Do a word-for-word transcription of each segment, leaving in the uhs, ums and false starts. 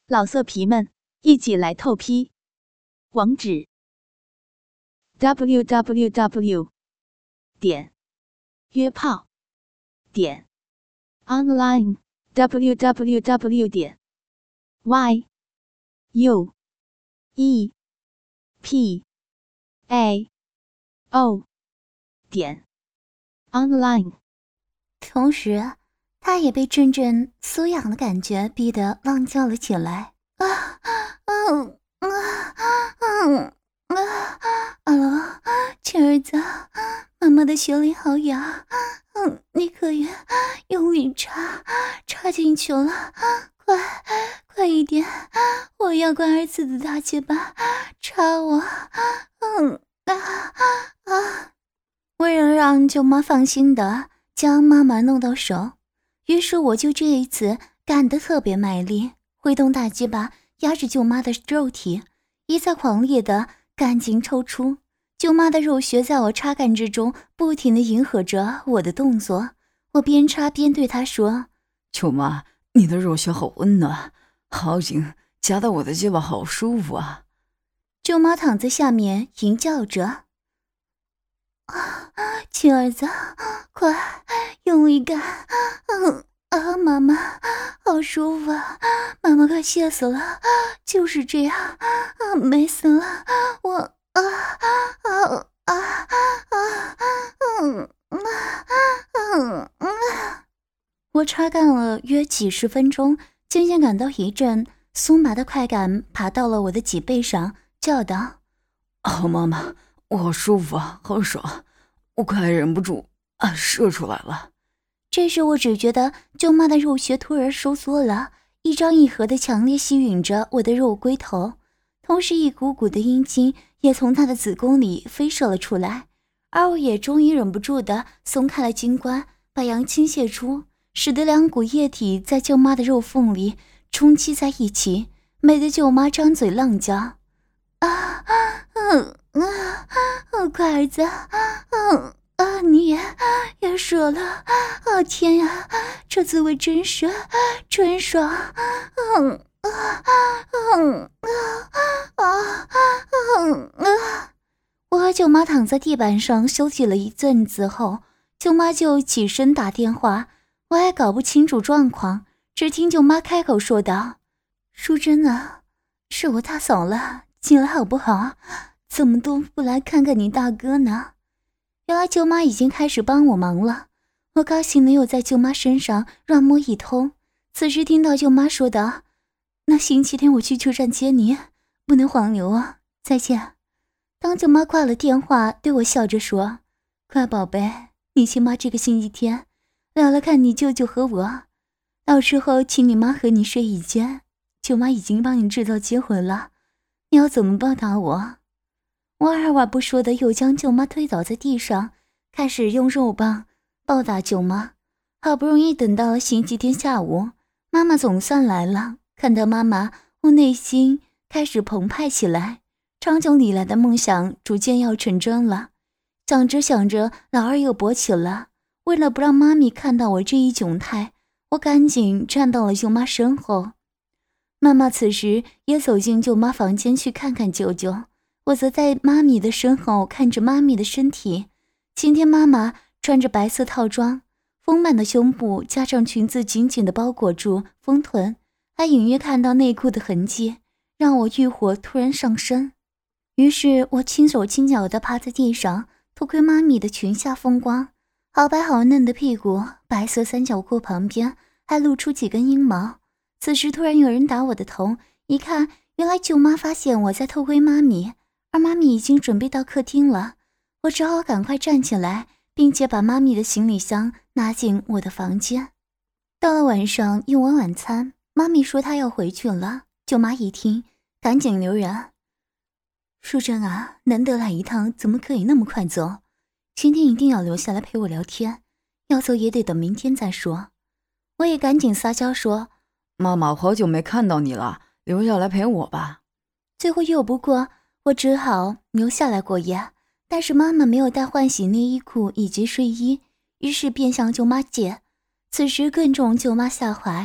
老色皮们，一起来透批！网址 ：double u double u double u 点约炮点 online w w w 点 y u e p a o 点 online。 同时，他也被阵阵酥痒的感觉逼得浪叫了起来。啊，嗯啊嗯啊，阿罗，亲儿子，妈妈的血淋好痒，嗯，你可以用力插插进去了，快快一点，我要关儿子的大鸡巴插我，嗯啊啊！为了让舅妈放心的将妈妈弄到手，于是我就这一次干得特别卖力，挥动大鸡巴压着舅妈的肉体，一再狂烈的干劲抽出。舅妈的肉穴在我插干之中不停地迎合着我的动作，我边插边对她说： 舅妈，你的肉穴好温暖，好紧，夹到我的鸡巴好舒服啊。 舅妈躺在下面吟叫着：啊，亲儿子，快用力干！嗯啊，妈妈，好舒服啊！妈妈快歇死了，就是这样，啊，美死了！我啊啊啊啊嗯嗯嗯嗯，我插干了约几十分钟，渐渐感到一阵酥麻的快感爬到了我的脊背上，叫道： 哦，妈妈，我好舒服啊，好爽，我快忍不住啊，射出来了。 这时我只觉得舅妈的肉穴突然收缩了，一张一合的强烈吸吮着我的肉龟头，同时一股股的阴茎也从她的子宫里飞射了出来，而我也终于忍不住的松开了金冠，把阳倾泻出，使得两股液体在舅妈的肉缝里冲击在一起，美得舅妈张嘴浪叫：啊嗯啊啊，快儿子，嗯啊，你也也射了啊！天呀，这滋味真是真爽！嗯啊嗯啊啊嗯啊！我和舅妈躺在地板上休息了一阵子后，舅妈就起身打电话，我还搞不清楚状况，只听舅妈开口说道：“淑珍啊，是我大嫂了，进来好不好？怎么都不来看看你大哥呢？”原来舅妈已经开始帮我忙了，我高兴没有在舅妈身上乱摸一通。此时听到舅妈说道：“那星期天我去车站接你，不能黄牛啊，再见。”当舅妈挂了电话，对我笑着说：“乖宝贝，你亲妈这个星期天来了看你舅舅和我，到时候请你妈和你睡一间，舅妈已经帮你制造机会了，你要怎么报答我？”我二话不说的又将舅妈推倒在地上，开始用肉棒暴打舅妈。好不容易等到了星期天下午，妈妈总算来了。看到妈妈，我内心开始澎湃起来，长久以来的梦想逐渐要成真了。想着想着，老二又勃起了。为了不让妈咪看到我这一窘态，我赶紧站到了舅妈身后。妈妈此时也走进舅妈房间去看看舅舅，我则在妈咪的身后看着妈咪的身体。今天妈妈穿着白色套装，丰满的胸部加上裙子紧紧地包裹住丰臀，还隐约看到内裤的痕迹，让我欲火突然上升。于是我轻手轻脚地趴在地上，偷窥妈咪的裙下风光，好白好嫩的屁股，白色三角裤旁边还露出几根阴毛。此时突然有人打我的头，一看原来舅妈发现我在偷窥妈咪，而妈咪已经准备到客厅了。我只好赶快站起来，并且把妈咪的行李箱拿进我的房间。到了晚上用完晚餐，妈咪说她要回去了。舅妈一听，赶紧留言：“淑珍啊，难得来一趟，怎么可以那么快走？今天一定要留下来陪我聊天，要走也得等明天再说。”我也赶紧撒娇说：“ 妈妈，好久没看到你了，留下来陪我吧。” 最后拗不过，我只好留下来过夜。但是妈妈没有带换洗内衣裤以及睡衣，于是便向舅妈借。此时更中舅妈下怀，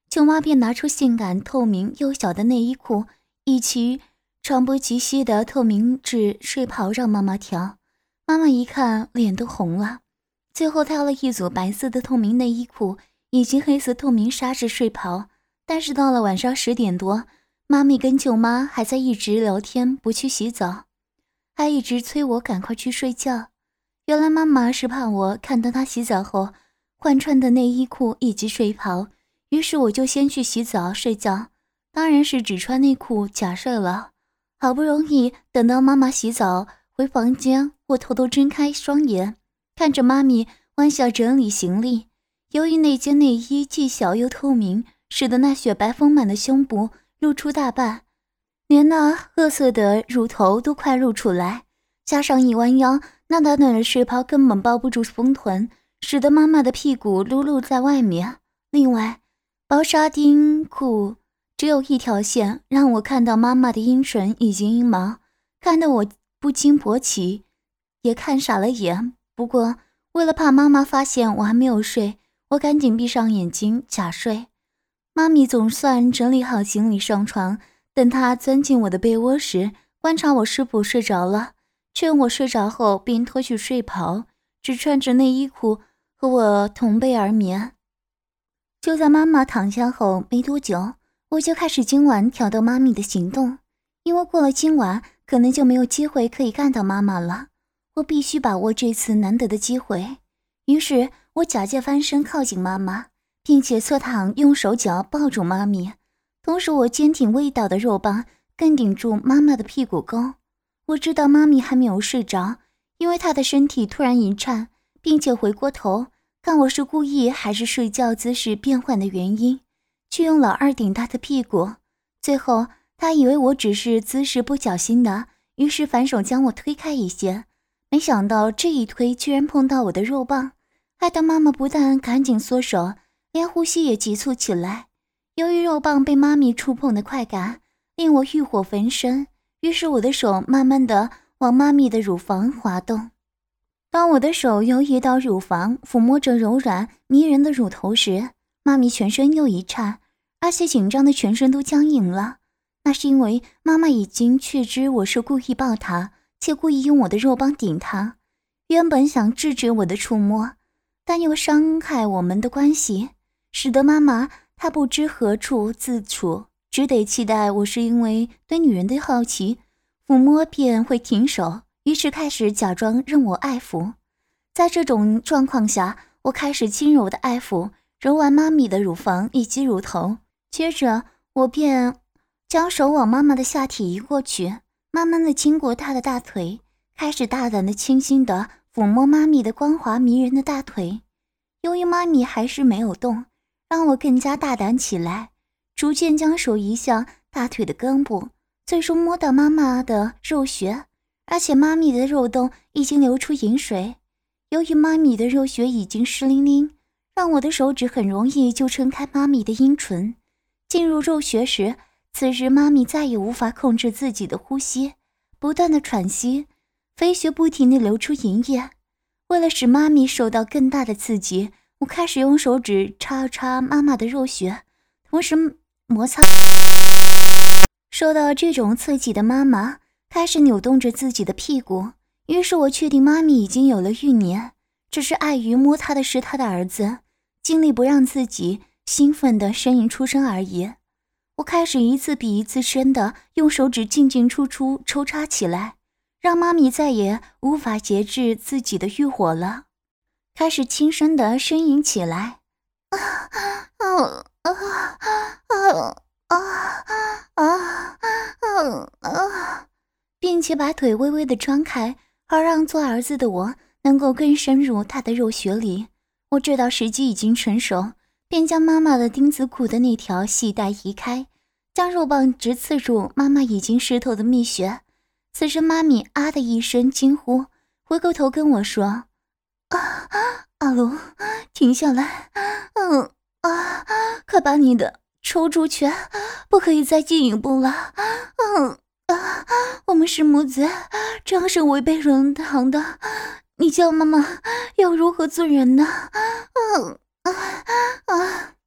舅妈便拿出性感透明又小的内衣裤以及长波及膝的透明质睡袍让妈妈挑。妈妈一看脸都红了，最后挑了一组白色的透明内衣裤以及黑色透明纱质睡袍。但是到了晚上十点多，妈咪跟舅妈还在一直聊天，不去洗澡，还一直催我赶快去睡觉。原来妈妈是怕我看到她洗澡后换穿的内衣裤以及睡袍，于是我就先去洗澡睡觉，当然是只穿内裤假睡了。好不容易等到妈妈洗澡回房间，我偷偷睁开双眼，看着妈咪弯下整理行李。由于那件内衣既小又透明，使得那雪白丰满的胸部露出大半，连那褐色的乳头都快露出来，加上一弯腰，那短短的睡袍根本包不住丰臀，使得妈妈的屁股露露在外面。另外，薄纱丁裤只有一条线，让我看到妈妈的阴唇以及阴毛，看得我不禁勃起，也看傻了眼。不过为了怕妈妈发现我还没有睡，我赶紧闭上眼睛假睡。妈咪总算整理好行李上床，等她钻进我的被窝时，观察我是否睡着了，劝我睡着后并脱去睡袍，只穿着内衣裤和我同被而眠。就在妈妈躺下后没多久，我就开始今晚挑逗妈咪的行动，因为过了今晚可能就没有机会可以看到妈妈了，我必须把握这次难得的机会。于是我假借翻身靠近妈妈，并且侧躺用手脚抱住妈咪，同时我坚挺微倒的肉棒更顶住妈妈的屁股沟。我知道妈咪还没有睡着，因为她的身体突然一颤，并且回过头看我是故意还是睡觉姿势变换的原因，去用老二顶她的屁股。最后她以为我只是姿势不小心的，于是反手将我推开一些，没想到这一推居然碰到我的肉棒，害得妈妈不但赶紧缩手，连呼吸也急促起来。由于肉棒被妈咪触碰的快感令我欲火焚身，于是我的手慢慢的往妈咪的乳房滑动。当我的手游移到乳房，抚摸着柔软迷人的乳头时，妈咪全身又一颤，而且紧张的全身都僵硬了。那是因为妈妈已经确知我是故意抱她，且故意用我的肉棒顶她，原本想制止我的触摸，但又伤害我们的关系，使得妈妈她不知何处自处，只得期待我是因为对女人的好奇，抚摸便会停手，于是开始假装任我爱抚。在这种状况下，我开始轻柔的爱抚，揉完妈咪的乳房以及乳头，接着我便将手往妈妈的下体移过去，慢慢的经过她的大腿，开始大胆的轻轻的抚摸妈咪的光滑迷人的大腿。由于妈咪还是没有动，让我更加大胆起来，逐渐将手移向大腿的根部，最终摸到妈妈的肉穴，而且妈咪的肉洞已经流出饮水。由于妈咪的肉穴已经湿淋淋，让我的手指很容易就撑开妈咪的阴唇。进入肉穴时，此时妈咪再也无法控制自己的呼吸，不断的喘息，肥穴不停地流出银液。为了使妈咪受到更大的刺激，我开始用手指插插妈妈的肉穴，同时摩擦。受到这种刺激的妈妈开始扭动着自己的屁股，于是我确定妈咪已经有了欲念，只是碍于摸她的是她的儿子，尽力不让自己兴奋的呻吟出声而已。我开始一次比一次深的用手指进进出出抽插起来，让妈咪再也无法节制自己的欲火了，开始轻声的呻吟起来，啊啊啊啊啊啊啊，并且把腿微微的张开，好让做儿子的我能够更深入他的肉穴里。我知道时机已经成熟，便将妈妈的丁字裤的那条系带移开，将肉棒直刺入妈妈已经湿透的蜜穴。此时妈咪啊的一声惊呼，回过头跟我说，啊，阿卢，停下来，嗯啊，快把你的抽出去，不可以再进一步了，嗯啊，我们是母子，这样是违背人堂的，你叫妈妈要如何做人呢？嗯啊啊！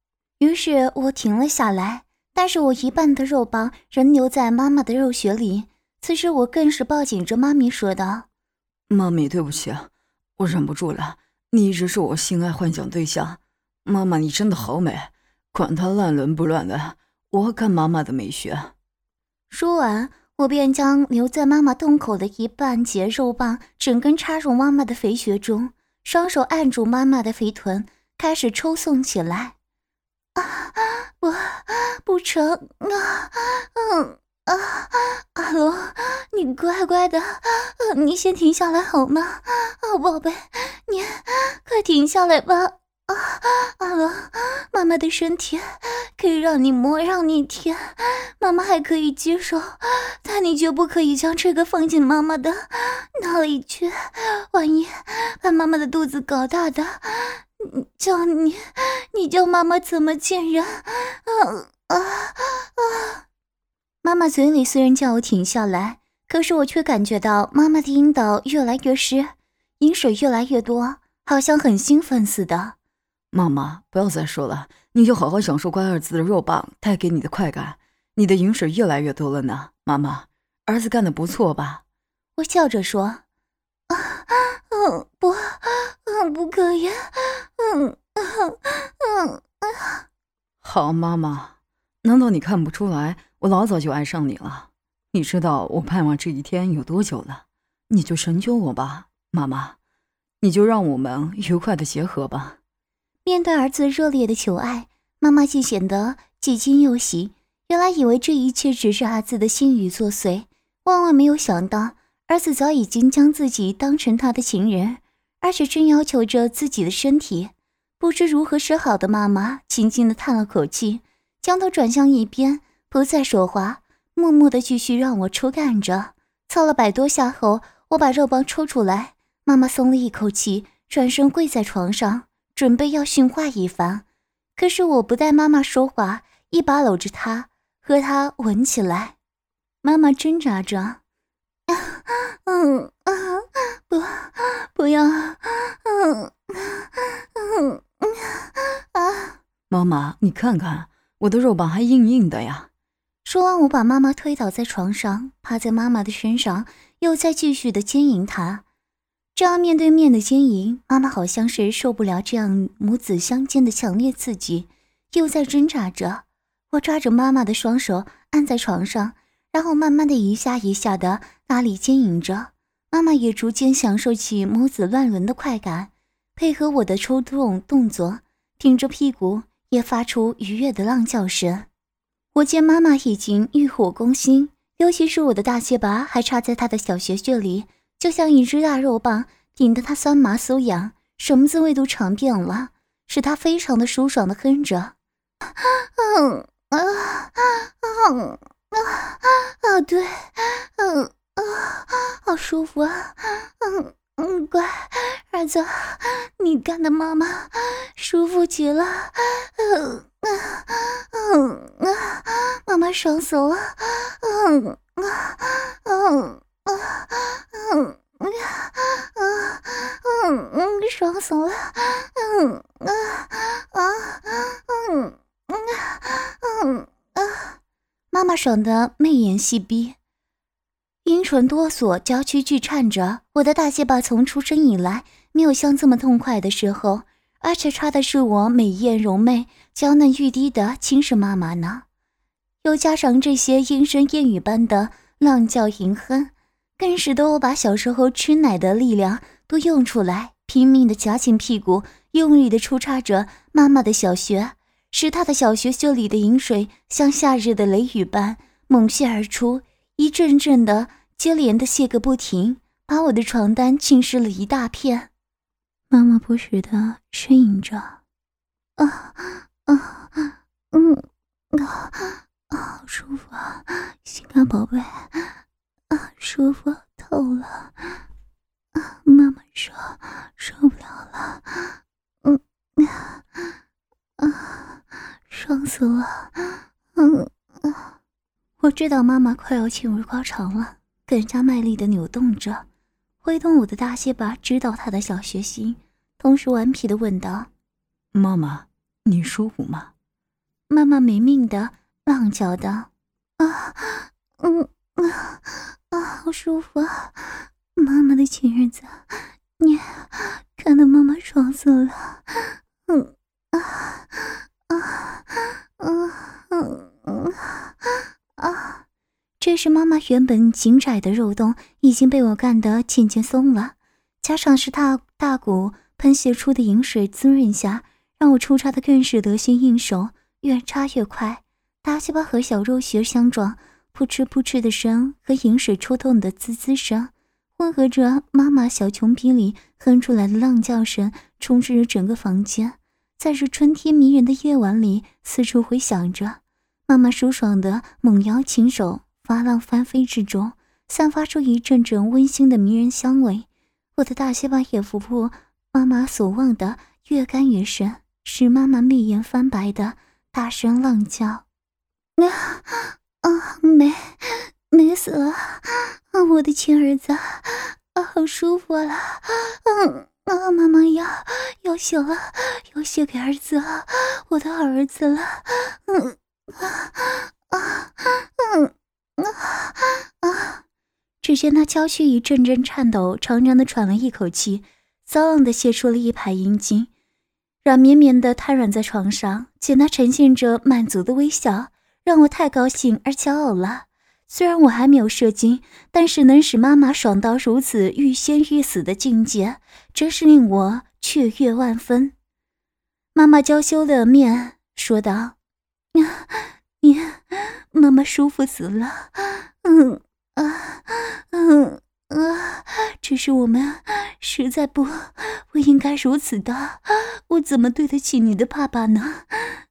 于是我停了下来，但是我一半的肉棒仍留在妈妈的肉穴里。此时我更是抱紧着妈咪说道： 妈咪，对不起，我忍不住了，你一直是我性爱幻想对象。妈妈，你真的好美，管它乱伦不乱伦，我看妈妈的美学。 说完，我便将留在妈妈洞口的一半截肉棒整根插入妈妈的肥穴中，双手按住妈妈的肥臀，开始抽送起来。啊，不，不成啊，嗯啊，阿罗，你乖乖的，呃、你先停下来好吗？啊，宝贝，你快停下来吧。啊，阿罗，妈妈的身体可以让你摸，让你舔，妈妈还可以接受，但你绝不可以将这个放进妈妈的哪里去，万一把妈妈的肚子搞大的，叫你，你叫妈妈怎么见人？啊啊啊！妈妈嘴里虽然叫我停下来，可是我却感觉到妈妈的阴道越来越湿，饮水越来越多，好像很兴奋似的。 妈妈，不要再说了，你就好好享受乖儿子的肉棒带给你的快感。你的饮水越来越多了呢，妈妈，儿子干得不错吧？ 我笑着说：啊，嗯，不，嗯，不可以，嗯嗯嗯。 好，妈妈，难道你看不出来我老早就爱上你了？你知道我盼望这一天有多久了？你就成就我吧，妈妈，你就让我们愉快的结合吧。 面对儿子热烈的求爱，妈妈既显得既惊又喜。原来以为这一切只是儿子的心语作祟，万万没有想到儿子早已经将自己当成他的情人，而且正要求着自己的身体。不知如何是好的妈妈轻轻地叹了口气，将头转向一边，不再说话，默默地继续让我抽干着。操了百多下后，我把肉棒抽出来，妈妈松了一口气，转身跪在床上，准备要训话一番。可是我不待妈妈说话，一把搂着她，和她吻起来。妈妈挣扎着，啊，嗯啊，不，不要，嗯嗯啊！ 妈妈，你看看我的肉棒还硬硬的呀。 说完，我把妈妈推倒在床上，趴在妈妈的身上，又在继续的奸淫她。这样面对面的奸淫，妈妈好像是受不了这样母子相间的强烈刺激，又在挣扎着。我抓着妈妈的双手按在床上，然后慢慢的一下一下的大力奸淫着。妈妈也逐渐享受起母子乱伦的快感，配合我的抽动动作，挺着屁股也发出愉悦的浪叫声。我见妈妈已经欲火攻心，尤其是我的大蟹拔还插在她的小穴穴里，就像一只大肉棒，顶得她酸麻酥痒，什么滋味都尝遍了，使她非常的舒爽的哼着。嗯啊啊啊啊！对，嗯啊，好舒服啊！嗯嗯，乖儿子，你干的妈妈舒服极了。嗯啊嗯啊，妈妈爽死了。嗯啊嗯啊嗯。嗯嗯嗯，爽死了！嗯啊啊嗯嗯嗯啊！妈妈爽得媚眼细闭，阴唇哆嗦，娇躯剧颤着。我的大蟹巴从出生以来没有像这么痛快的时候，而且插的是我美艳柔媚、娇嫩欲滴的亲生妈妈呢。又加上这些莺声燕语般的浪叫吟哼，更使得我把小时候吃奶的力量都用出来，拼命地夹紧屁股，用力地抽插着妈妈的小穴，使她的小穴穴里的饮水像夏日的雷雨般猛泻而出，一阵阵的接连的泻个不停，把我的床单浸湿了一大片。妈妈不时地呻吟着，啊啊嗯啊啊，好舒服啊，心肝宝贝。啊，舒服透了！啊，妈妈说受不了了，嗯啊啊，爽死了！嗯啊，我知道妈妈快要进入高潮了，更加卖力地扭动着，挥动我的大蟹巴，直捣她的小穴心，同时顽皮地问道：“ 妈妈，你舒服吗？” 妈妈没命的浪叫道：“啊，嗯啊啊，好舒服啊！妈妈的亲儿子，你看得妈妈爽死了。嗯啊啊嗯嗯嗯啊！”这时妈妈原本紧窄的肉洞已经被我干得渐渐松了，加上是大大股喷泄出的饮水滋润下，让我出插的更是得心应手，越插越快。大鸡巴和小肉穴相撞，扑哧扑哧的声和饮水出洞的滋滋声，混合着妈妈小穷鼻里哼出来的浪叫声，充斥着整个房间，在这春天迷人的夜晚里四处回响着。妈妈舒爽的猛摇琴手，发浪翻飞之中，散发出一阵阵温馨的迷人香味。我的大鸡巴也不负妈妈所望的越干越深，使妈妈媚眼翻白的大声浪叫：“啊啊，美美死了！啊，我的亲儿子，啊，好舒服了！嗯啊，妈妈要要写了，要写给儿子了，我的好儿子了！嗯啊啊嗯。”啊啊！只见他娇躯一阵阵颤抖，长长的喘了一口气，骚浪的泄出了一排阴茎，软绵绵的瘫软在床上。见他呈现着满足的微笑，让我太高兴而骄傲了。虽然我还没有射精，但是能使妈妈爽到如此欲仙欲死的境界，真是令我雀跃万分。妈妈娇羞的面说道：“你妈妈舒服死了，嗯啊嗯啊，只是我们实在不不应该如此的，我怎么对得起你的爸爸呢？”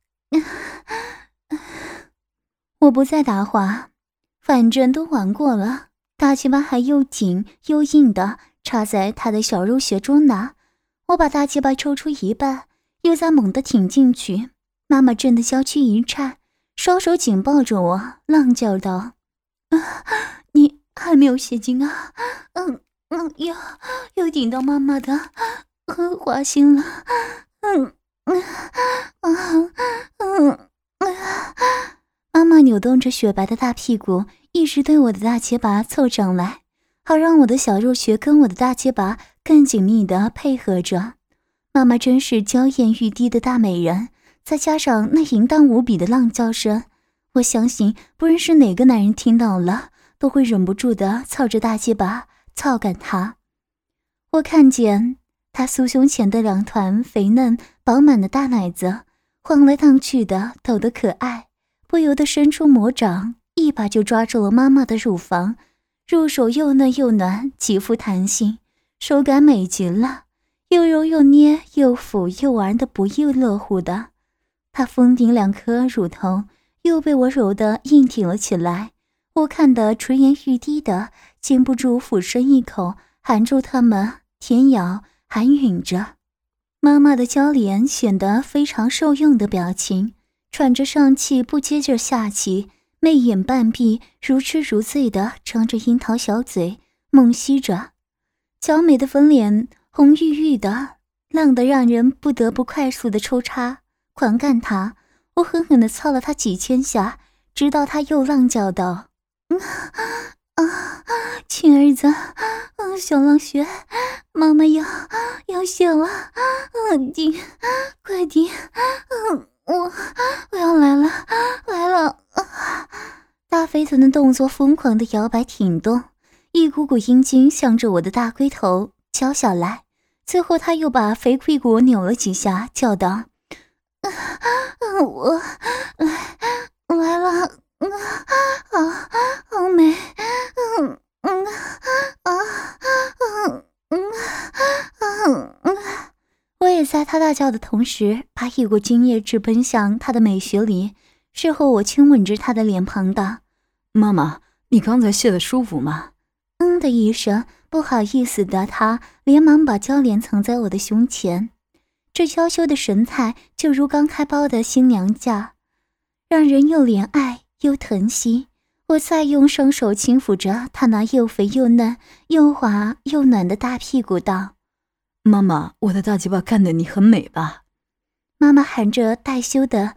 我不再答话，反正都玩过了，大鸡巴还又紧又硬的插在他的小肉穴中呢。我把大鸡巴抽出一半，又再猛地挺进去，妈妈震得娇躯一颤，双手紧抱着我，浪叫道：“啊，你还没有泄精啊？嗯嗯，又又顶到妈妈的很花心了。嗯嗯嗯嗯嗯。”妈妈扭动着雪白的大屁股，一直对我的大结巴凑上来，好让我的小肉穴跟我的大结巴更紧密地配合着。妈妈真是娇艳欲滴的大美人，再加上那淫荡无比的浪叫声，我相信不论是哪个男人听到了，都会忍不住地操着大鸡巴操干他。我看见他酥胸前的两团肥嫩饱满的大奶子晃来荡去的，抖得可爱，不由得伸出魔掌，一把就抓住了妈妈的乳房，入手又嫩又暖，极富弹性，手感美极了，又揉又捏又抚又玩的不亦乐乎的。他峰顶两颗乳头又被我揉得硬挺了起来，我看得垂涎欲滴的，禁不住俯身一口含住它们，舔咬含吮着。妈妈的娇脸显得非常受用的表情，喘着上气不接着下气，媚眼半闭，如痴如醉的张着樱桃小嘴猛吸着，娇美的粉脸红郁郁的，浪得让人不得不快速的抽插狂干他。我狠狠地操了他几千下，直到他又浪叫道：“嗯啊，亲儿子，嗯，小浪穴，妈妈要要泄了，嗯，顶，快顶，嗯，我我要来了，来了！”啊，大肥臀的动作疯狂地摇摆挺动，一股股阴茎向着我的大龟头敲下来，最后他又把肥屁股扭了几下，叫道：“嗯，我来来了，嗯，好好美，嗯嗯啊嗯嗯嗯嗯。”我也在他大叫的同时，把一股精液直奔向他的美穴里。事后我亲吻着他的脸庞道：“ 妈妈，你刚才泄得舒服吗？” 嗯的一声，不好意思的他连忙把娇脸藏在我的胸前。这娇羞的神态就如刚开包的新娘家，让人又怜爱又疼惜。我再用双手轻抚着他那又肥又嫩又滑又暖的大屁股道：“ 妈妈，我的大鸡巴干得你很美吧？” 妈妈含着带羞的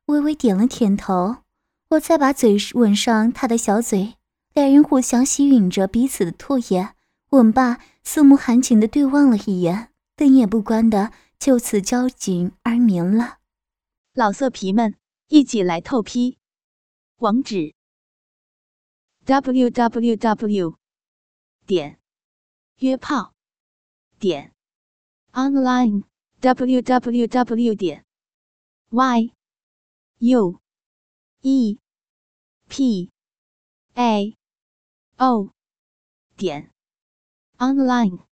微微点了点头，我再把嘴吻上他的小嘴，两人互相吸吮着彼此的唾液，吻罢，四目含情地对望了一眼，灯也不关的就此交颈而眠了。 老色皮们，一起来透批！网址 ：double-u double-u double-u 点约炮点 online double-u double-u double-u 点 y u e p a o 点 online。